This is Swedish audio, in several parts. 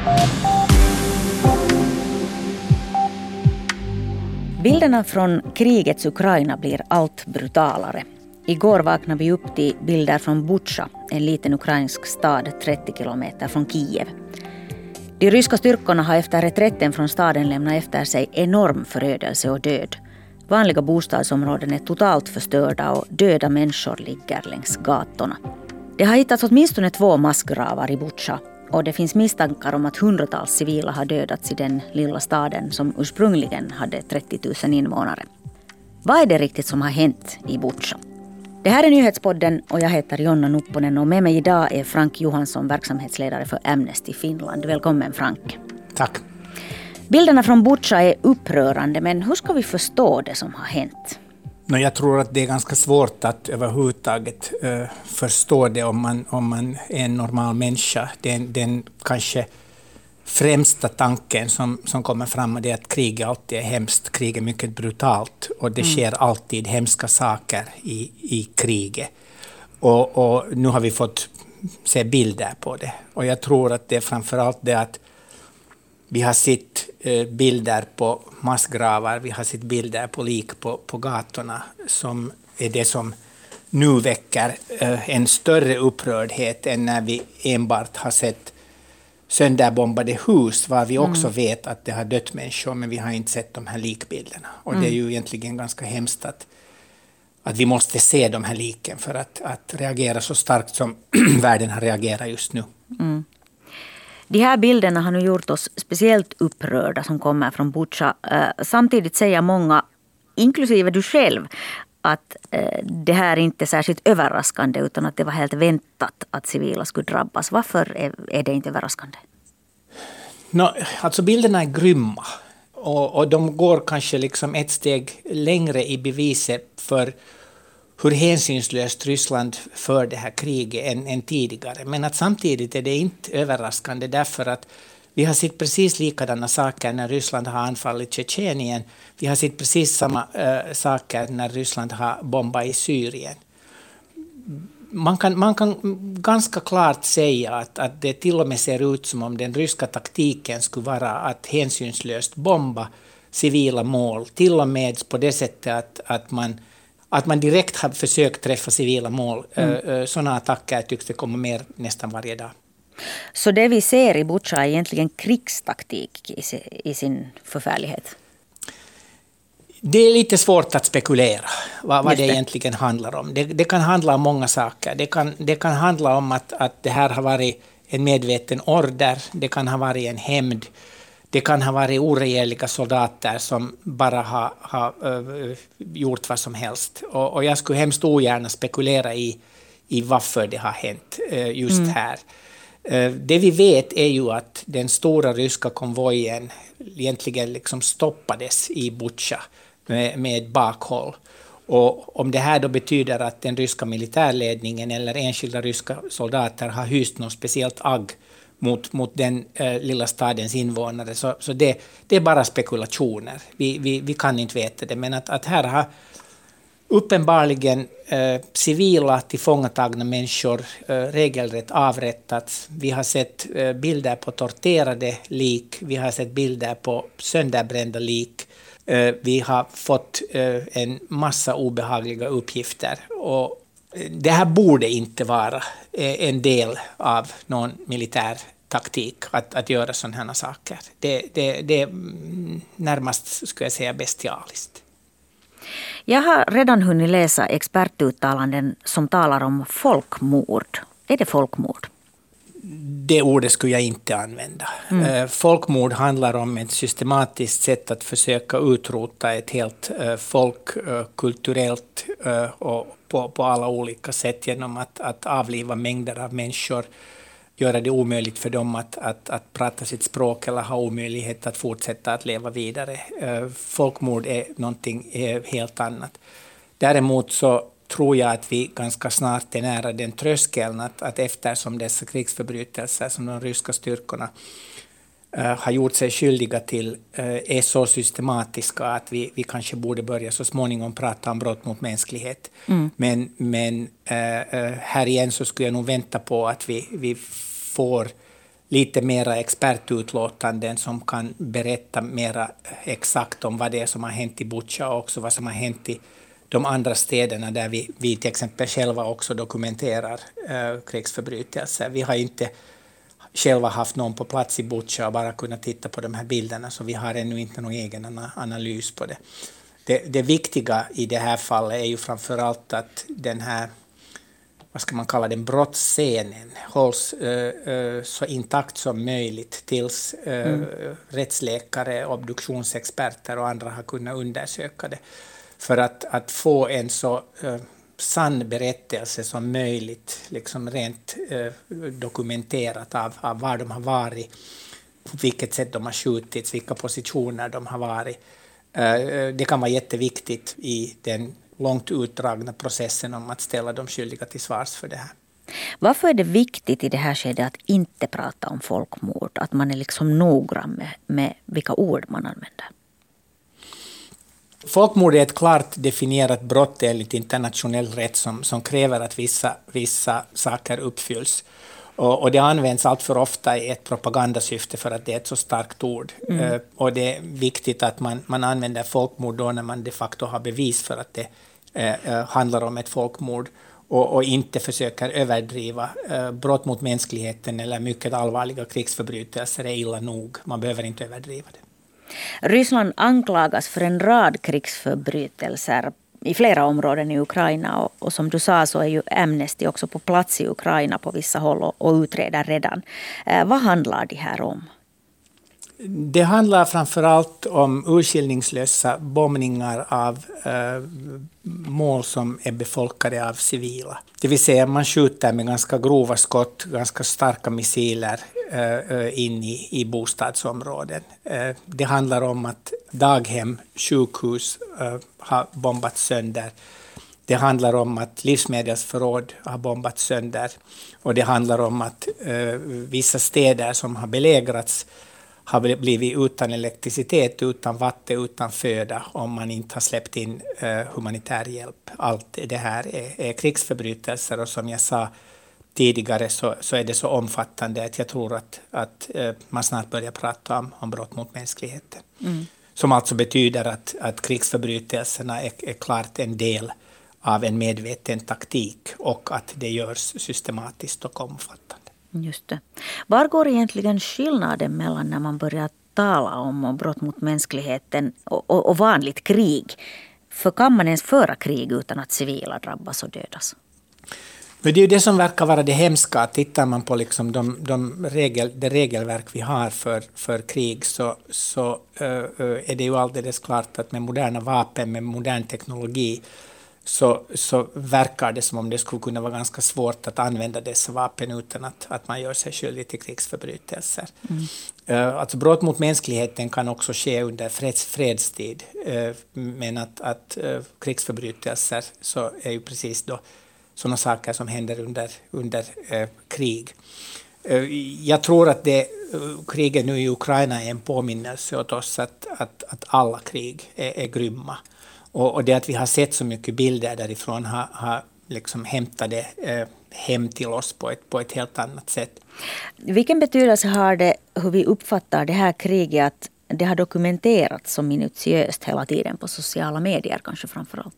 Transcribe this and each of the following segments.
Bilderna från krigets Ukraina blir allt brutalare. Igår vaknade vi upp till bilder från Bucha, en liten ukrainsk stad 30 kilometer från Kiev. De ryska styrkorna har efter reträtten från staden lämnat efter sig enorm förödelse och död. Vanliga bostadsområden är totalt förstörda och döda människor ligger längs gatorna. Det har hittats åtminstone 2 massgravar i Bucha och det finns misstankar om att hundratals civila har dödats i den lilla staden som ursprungligen hade 30 000 invånare. Vad är det riktigt som har hänt i Bucha? Det här är Nyhetspodden och jag heter Jonna Nupponen och med mig idag är Frank Johansson, verksamhetsledare för Amnesty Finland. Välkommen Frank. Tack. Bilderna från Bucha är upprörande, men hur ska vi förstå det som har hänt? Jag tror att det är ganska svårt att överhuvudtaget förstå det om man är en normal människa. Den kanske främsta tanken som kommer fram är att krig alltid är hemskt. Krig är mycket brutalt och det sker alltid hemska saker i kriget. Och nu har vi fått se bilder på det. Och jag tror att det är framförallt det att vi har sett bilder på massgravar, vi har sett bilder på lik på gatorna som är det som nu väcker en större upprördhet än när vi enbart har sett sönderbombade hus, var vi också vet att det har dött människor, men vi har inte sett de här likbilderna. Och det är ju egentligen ganska hemskt att vi måste se de här liken för att reagera så starkt som världen har reagerat just nu. Mm. De här bilderna har nu gjort oss speciellt upprörda som kommer från Bucha. Samtidigt säger många, inklusive du själv, att det här inte är särskilt överraskande utan att det var helt väntat att civila skulle drabbas. Varför är det inte överraskande? Alltså bilderna är grymma och de går kanske liksom ett steg längre i beviset för hur hänsynslöst Ryssland för det här kriget än tidigare. Men att samtidigt är det inte överraskande därför att vi har sett precis likadana saker när Ryssland har anfallit Tjetjenien. Vi har sett precis samma saker när Ryssland har bombat i Syrien. Man kan ganska klart säga att det till och med ser ut som om den ryska taktiken skulle vara att hänsynslöst bomba civila mål. Till och med på det sättet att man direkt har försökt träffa civila mål. Sådana attacker tycks det komma mer nästan varje dag. Så det vi ser i Bucha är egentligen krigstaktik i sin förfärlighet? Det är lite svårt att spekulera vad det egentligen handlar om. Det kan handla om många saker. Det kan handla om att det här har varit en medveten order. Det kan ha varit en hämnd. Det kan ha varit oregeliga soldater som bara har gjort vad som helst. Och jag skulle hemskt ogärna spekulera i varför det har hänt just här. Det vi vet är ju att den stora ryska konvojen egentligen liksom stoppades i Bucha med bakhåll. Och om det här då betyder att den ryska militärledningen eller enskilda ryska soldater har hyst något speciellt agg mot den lilla stadens invånare, så det är bara spekulationer. Vi kan inte veta det, men att här har uppenbarligen civila tillfångatagna människor regelrätt avrättats. Vi har sett bilder på torterade lik, vi har sett bilder på sönderbrända lik. Vi har fått en massa obehagliga uppgifter och det här borde inte vara en del av någon militär taktik att göra sådana här saker. Det är närmast, skulle jag säga, bestialiskt. Jag har redan hunnit läsa expertuttalanden som talar om folkmord. Är det folkmord? Det ordet skulle jag inte använda. Folkmord handlar om ett systematiskt sätt att försöka utrota ett helt folk kulturellt och på alla olika sätt genom att avliva mängder av människor, göra det omöjligt för dem att prata sitt språk eller ha omöjlighet att fortsätta att leva vidare. Folkmord är någonting helt annat. Däremot så tror jag att vi ganska snart är nära den tröskeln att eftersom dessa krigsförbrytelser som de ryska styrkorna har gjort sig skyldiga till är så systematiska att vi kanske borde börja så småningom prata om brott mot mänsklighet. Men här igen så skulle jag nog vänta på att vi får lite mera expertutlåtanden som kan berätta mera exakt om vad det är som har hänt i Butja och också vad som har hänt i de andra städerna där vi till exempel själva också dokumenterar krigsförbrytelser. Vi har inte själva haft någon på plats i Butja och bara kunnat titta på de här bilderna, så vi har ännu inte någon egen analys på det. Det viktiga i det här fallet är ju framförallt att den här, vad ska man kalla den, brottsscenen hålls så intakt som möjligt tills rättsläkare, obduktionsexperter och andra har kunnat undersöka det. För att få en så sann berättelse som möjligt, liksom rent dokumenterat av var de har varit, på vilket sätt de har skjutits, vilka positioner de har varit. Det kan vara jätteviktigt i den långt utdragna processen om att ställa de skyldiga till svars för det här. Varför är det viktigt i det här skedet att inte prata om folkmord? Att man är liksom noggrann med vilka ord man använder? Folkmord är ett klart definierat brott enligt internationell rätt som kräver att vissa saker uppfylls. Och det används allt för ofta i ett propagandasyfte för att det är ett så starkt ord. Och det är viktigt att man använder folkmord då när man de facto har bevis för att det handlar om ett folkmord. Och inte försöker överdriva. Brott mot mänskligheten eller mycket allvarliga krigsförbrytelser är illa nog. Man behöver inte överdriva det. Ryssland anklagas för en rad krigsförbrytelser i flera områden i Ukraina, och som du sa så är ju Amnesty också på plats i Ukraina på vissa håll och utreder redan. Vad handlar det här om? Det handlar framförallt om urskillningslösa bombningar av mål som är befolkade av civila. Det vill säga man skjuter med ganska grova skott, ganska starka missiler in i bostadsområden. Det handlar om att daghem, sjukhus har bombats sönder. Det handlar om att livsmedelsförråd har bombats sönder. Och det handlar om att vissa städer som har belägrats har blivit utan elektricitet, utan vatten, utan föda om man inte har släppt in humanitär hjälp. Allt det här är krigsförbrytelser, och som jag sa tidigare så är det så omfattande att jag tror att man snart börjar prata om brott mot mänskligheten. Som alltså betyder att krigsförbrytelserna är klart en del av en medveten taktik och att det görs systematiskt och omfattande. Just det. Var går egentligen skillnaden mellan när man börjar tala om brott mot mänskligheten och vanligt krig? För kan man ens föra krig utan att civila drabbas och dödas? Men det är ju det som verkar vara det hemska. Tittar man på liksom det regelverk vi har för krig så är det ju alldeles klart att med moderna vapen, med modern teknologi så verkar det som om det skulle kunna vara ganska svårt att använda dessa vapen utan att man gör sig skyldig till krigsförbrytelser. Alltså brott mot mänskligheten kan också ske under fredstid, men att krigsförbrytelser så är ju precis då sådana saker som händer under krig. Jag tror att kriget nu i Ukraina är en påminnelse åt oss att alla krig är grymma. Och det att vi har sett så mycket bilder därifrån har liksom hämtat det hem till oss på ett helt annat sätt. Vilken betydelse har det hur vi uppfattar det här kriget, att det har dokumenterats så minutiöst hela tiden på sociala medier kanske framförallt?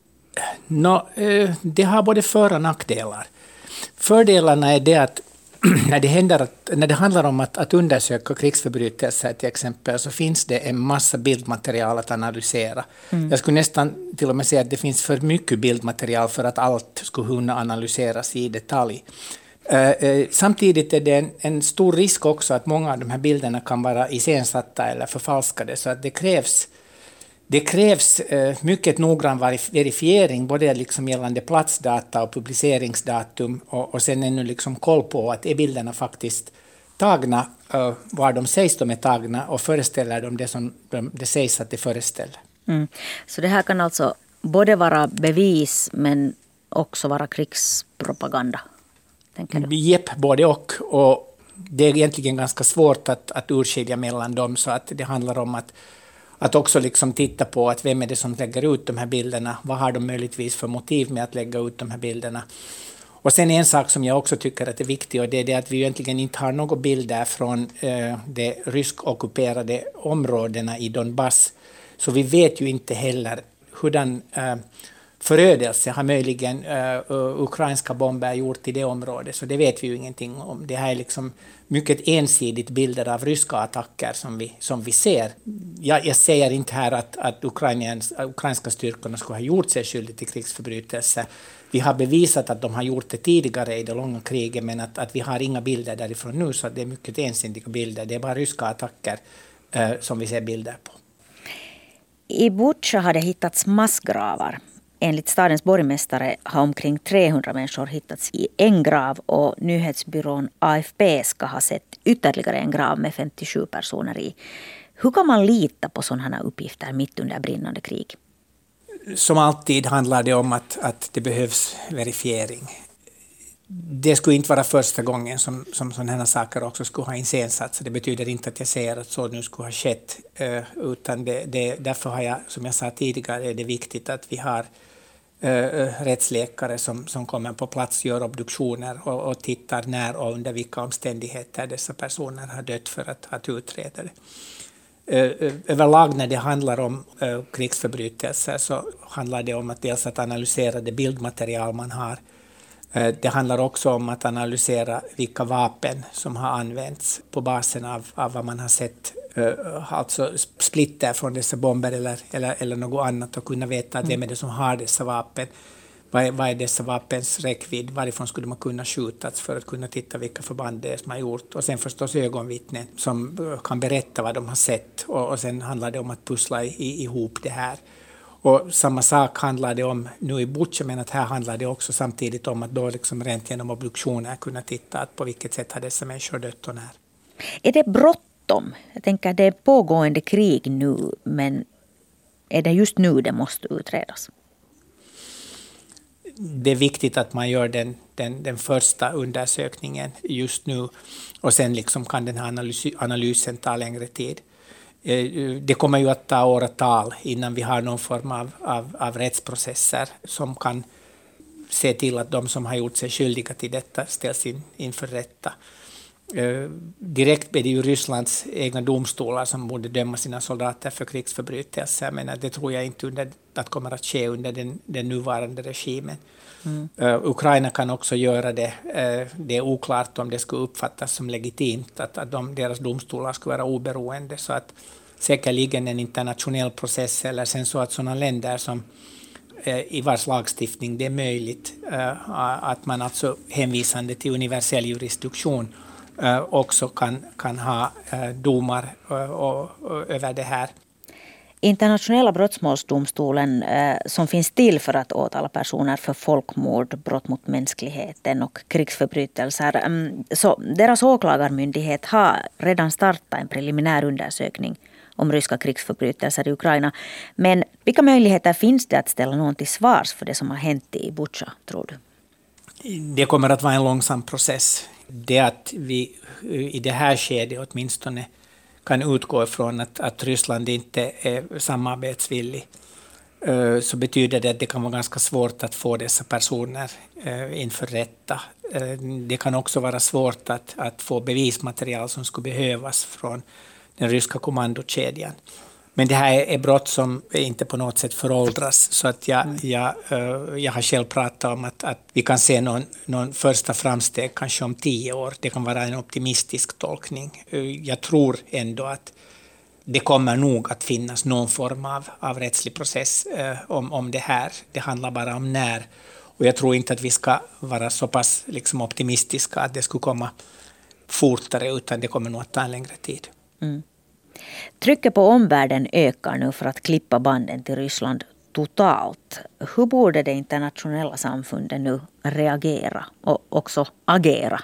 Det har både för- och nackdelar. Fördelarna är det att när det handlar om att undersöka krigsförbrytelser till exempel, så finns det en massa bildmaterial att analysera. Jag skulle nästan till och med säga att det finns för mycket bildmaterial för att allt skulle kunna analyseras i detalj. Samtidigt är det en stor risk också att många av de här bilderna kan vara iscensatta eller förfalskade, så att det krävs mycket noggrann verifiering, både liksom gällande platsdata och publiceringsdatum, och sen ännu liksom koll på att är bilderna faktiskt tagna var de sägs de är tagna och föreställer de det som det sägs att det föreställer. Så det här kan alltså både vara bevis men också vara krigspropaganda, tänker du? Jepp, både och det är egentligen ganska svårt att urskilja mellan dem, så att det handlar om att också liksom titta på att vem är det som lägger ut de här bilderna, vad har de möjligtvis för motiv med att lägga ut de här bilderna. Och sen en sak som jag också tycker att är viktig, och det är det att vi egentligen inte har några bilder från de ryskockuperade områdena i Donbass. Så vi vet ju inte heller hurdan förödelse har möjligen ukrainska bomber gjort i det området. Så det vet vi ju ingenting om. Det här är liksom mycket ensidigt bilder av ryska attacker som vi ser. Jag säger inte här att ukrainska styrkorna skulle ha gjort sig skyldiga till krigsförbrytelser. Vi har bevisat att de har gjort det tidigare i det långa kriget, men att vi har inga bilder därifrån nu, så det är mycket ensidiga bilder. Det är bara ryska attacker som vi ser bilder på. I Bucha har det hittats massgravar. Enligt stadens borgmästare har omkring 300 människor hittats i en grav, och nyhetsbyrån AFP ska ha sett ytterligare en grav med 57 personer i. Hur kan man lita på sådana här uppgifter mitt under brinnande krig? Som alltid handlar det om att det behövs verifiering. Det skulle inte vara första gången som sådana här saker också skulle ha iscensatts. Det betyder inte att jag säger att så nu skulle ha skett, utan därför har jag, som jag sa tidigare, är det viktigt att vi har rättsläkare som kommer på plats, gör obduktioner och tittar när och under vilka omständigheter dessa personer har dött, för att utreda det. Överlag när det handlar om krigsförbrytelser så handlar det om att dels att analysera det bildmaterial man har. Det handlar också om att analysera vilka vapen som har använts på basen av vad man har sett, alltså splitter från dessa bomber eller något annat, och kunna veta att vem är det som har dessa vapen. Vad är dessa vapens räckvidd? Varifrån skulle man kunna skjutas, för att kunna titta vilka förband det är som har gjort. Och sen förstås ögonvittnen som kan berätta vad de har sett. Och sen handlar det om att pussla ihop det här. Och samma sak handlar det om nu i Bucha, men att här handlar det också samtidigt om att då liksom rent genom obduktioner kunna titta att på vilket sätt har dessa människor dött och när. Är det bråttom? Jag tänker att det är pågående krig nu, men är det just nu det måste utredas? Det är viktigt att man gör den första undersökningen just nu, och sen liksom kan den här analysen ta längre tid. Det kommer ju att ta åratal innan vi har någon form av rättsprocesser som kan se till att de som har gjort sig skyldiga till detta ställs inför rätta. Direkt är det ju Rysslands egna domstolar som borde döma sina soldater för krigsförbrytelser, men det tror jag inte att kommer att ske under den nuvarande regimen. Ukraina kan också göra det. Det är oklart om det skulle uppfattas som legitimt att deras domstolar skulle vara oberoende, så att säkerligen en internationell process, eller sen så att sådana länder som i vars lagstiftning det är möjligt att man alltså hänvisande till universell jurisdiktion också kan ha domar över det här. Internationella brottmålsdomstolen som finns till för att åtala personer för folkmord, brott mot mänskligheten och krigsförbrytelser. Så deras åklagarmyndighet har redan startat en preliminär undersökning om ryska krigsförbrytelser i Ukraina. Men vilka möjligheter finns det att ställa någon till svars för det som har hänt i Bucha, tror du? Det kommer att vara en långsam process. Det att vi i det här skedet åtminstone kan utgå ifrån att Ryssland inte är samarbetsvillig, så betyder det att det kan vara ganska svårt att få dessa personer inför rätta. Det kan också vara svårt att få bevismaterial som skulle behövas från den ryska kommandokedjan. Men det här är brott som inte på något sätt föråldras, så att jag har själv pratat om att vi kan se någon första framsteg kanske om 10 år. Det kan vara en optimistisk tolkning. Jag tror ändå att det kommer nog att finnas någon form av rättslig process om det här. Det handlar bara om när. Och jag tror inte att vi ska vara så pass liksom optimistiska att det skulle komma fortare, utan det kommer nog att ta en längre tid. Mm. Trycket på omvärlden ökar nu för att klippa banden till Ryssland totalt. Hur borde det internationella samfundet nu reagera och också agera?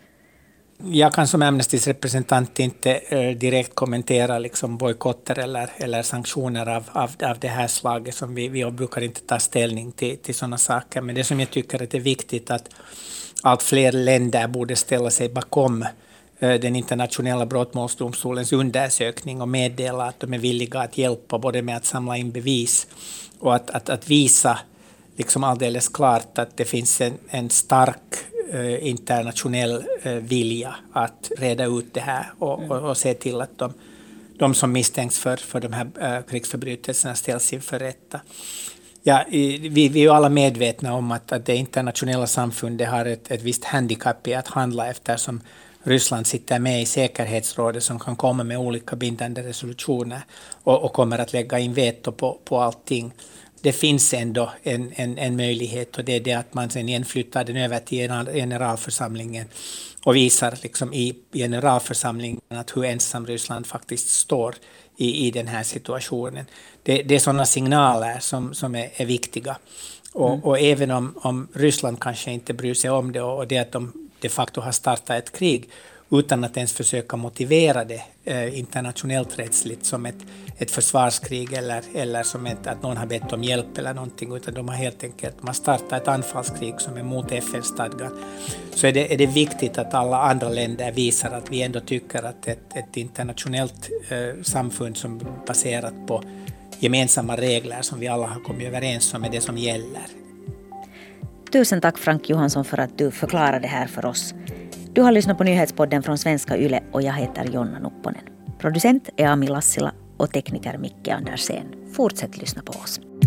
Jag kan som Amnestys representant inte direkt kommentera liksom bojkotter eller sanktioner av det här slaget, som vi brukar inte ta ställning till sådana saker. Men det som jag tycker att det är viktigt att allt fler länder borde ställa sig bakom den internationella brottmålsdomstolens undersökning och meddela att de är villiga att hjälpa både med att samla in bevis och att visa liksom alldeles klart att det finns en stark internationell vilja att reda ut det här och se till att de som misstänks för de här krigsförbrytelserna ställs inför rätta. Ja, vi är ju alla medvetna om att det internationella samfundet har ett visst handikapp i att handla, eftersom Ryssland sitter med i säkerhetsrådet som kan komma med olika bindande resolutioner och kommer att lägga in veto på allting. Det finns ändå en möjlighet, och det är det att man sen igen flyttar den över till generalförsamlingen och visar liksom i generalförsamlingen att hur ensam Ryssland faktiskt står i den här situationen. Det är sådana signaler som är viktiga. Och även om Ryssland kanske inte bryr sig om det, och det att de de facto har startat ett krig utan att ens försöka motivera det internationellt rättsligt som ett försvarskrig eller som att någon har bett om hjälp eller någonting, utan de har helt enkelt startat ett anfallskrig som är mot FN-stadgan. Så är det viktigt att alla andra länder visar att vi ändå tycker att ett internationellt samfund som är baserat på gemensamma regler som vi alla har kommit överens om är det som gäller. Tusen tack Frank Johansson för att du förklarade det här för oss. Du har lyssnat på nyhetspodden från Svenska Yle och jag heter Jonna Nupponen. Producent är Ami Lassila och tekniker Micke Andersen. Fortsätt lyssna på oss.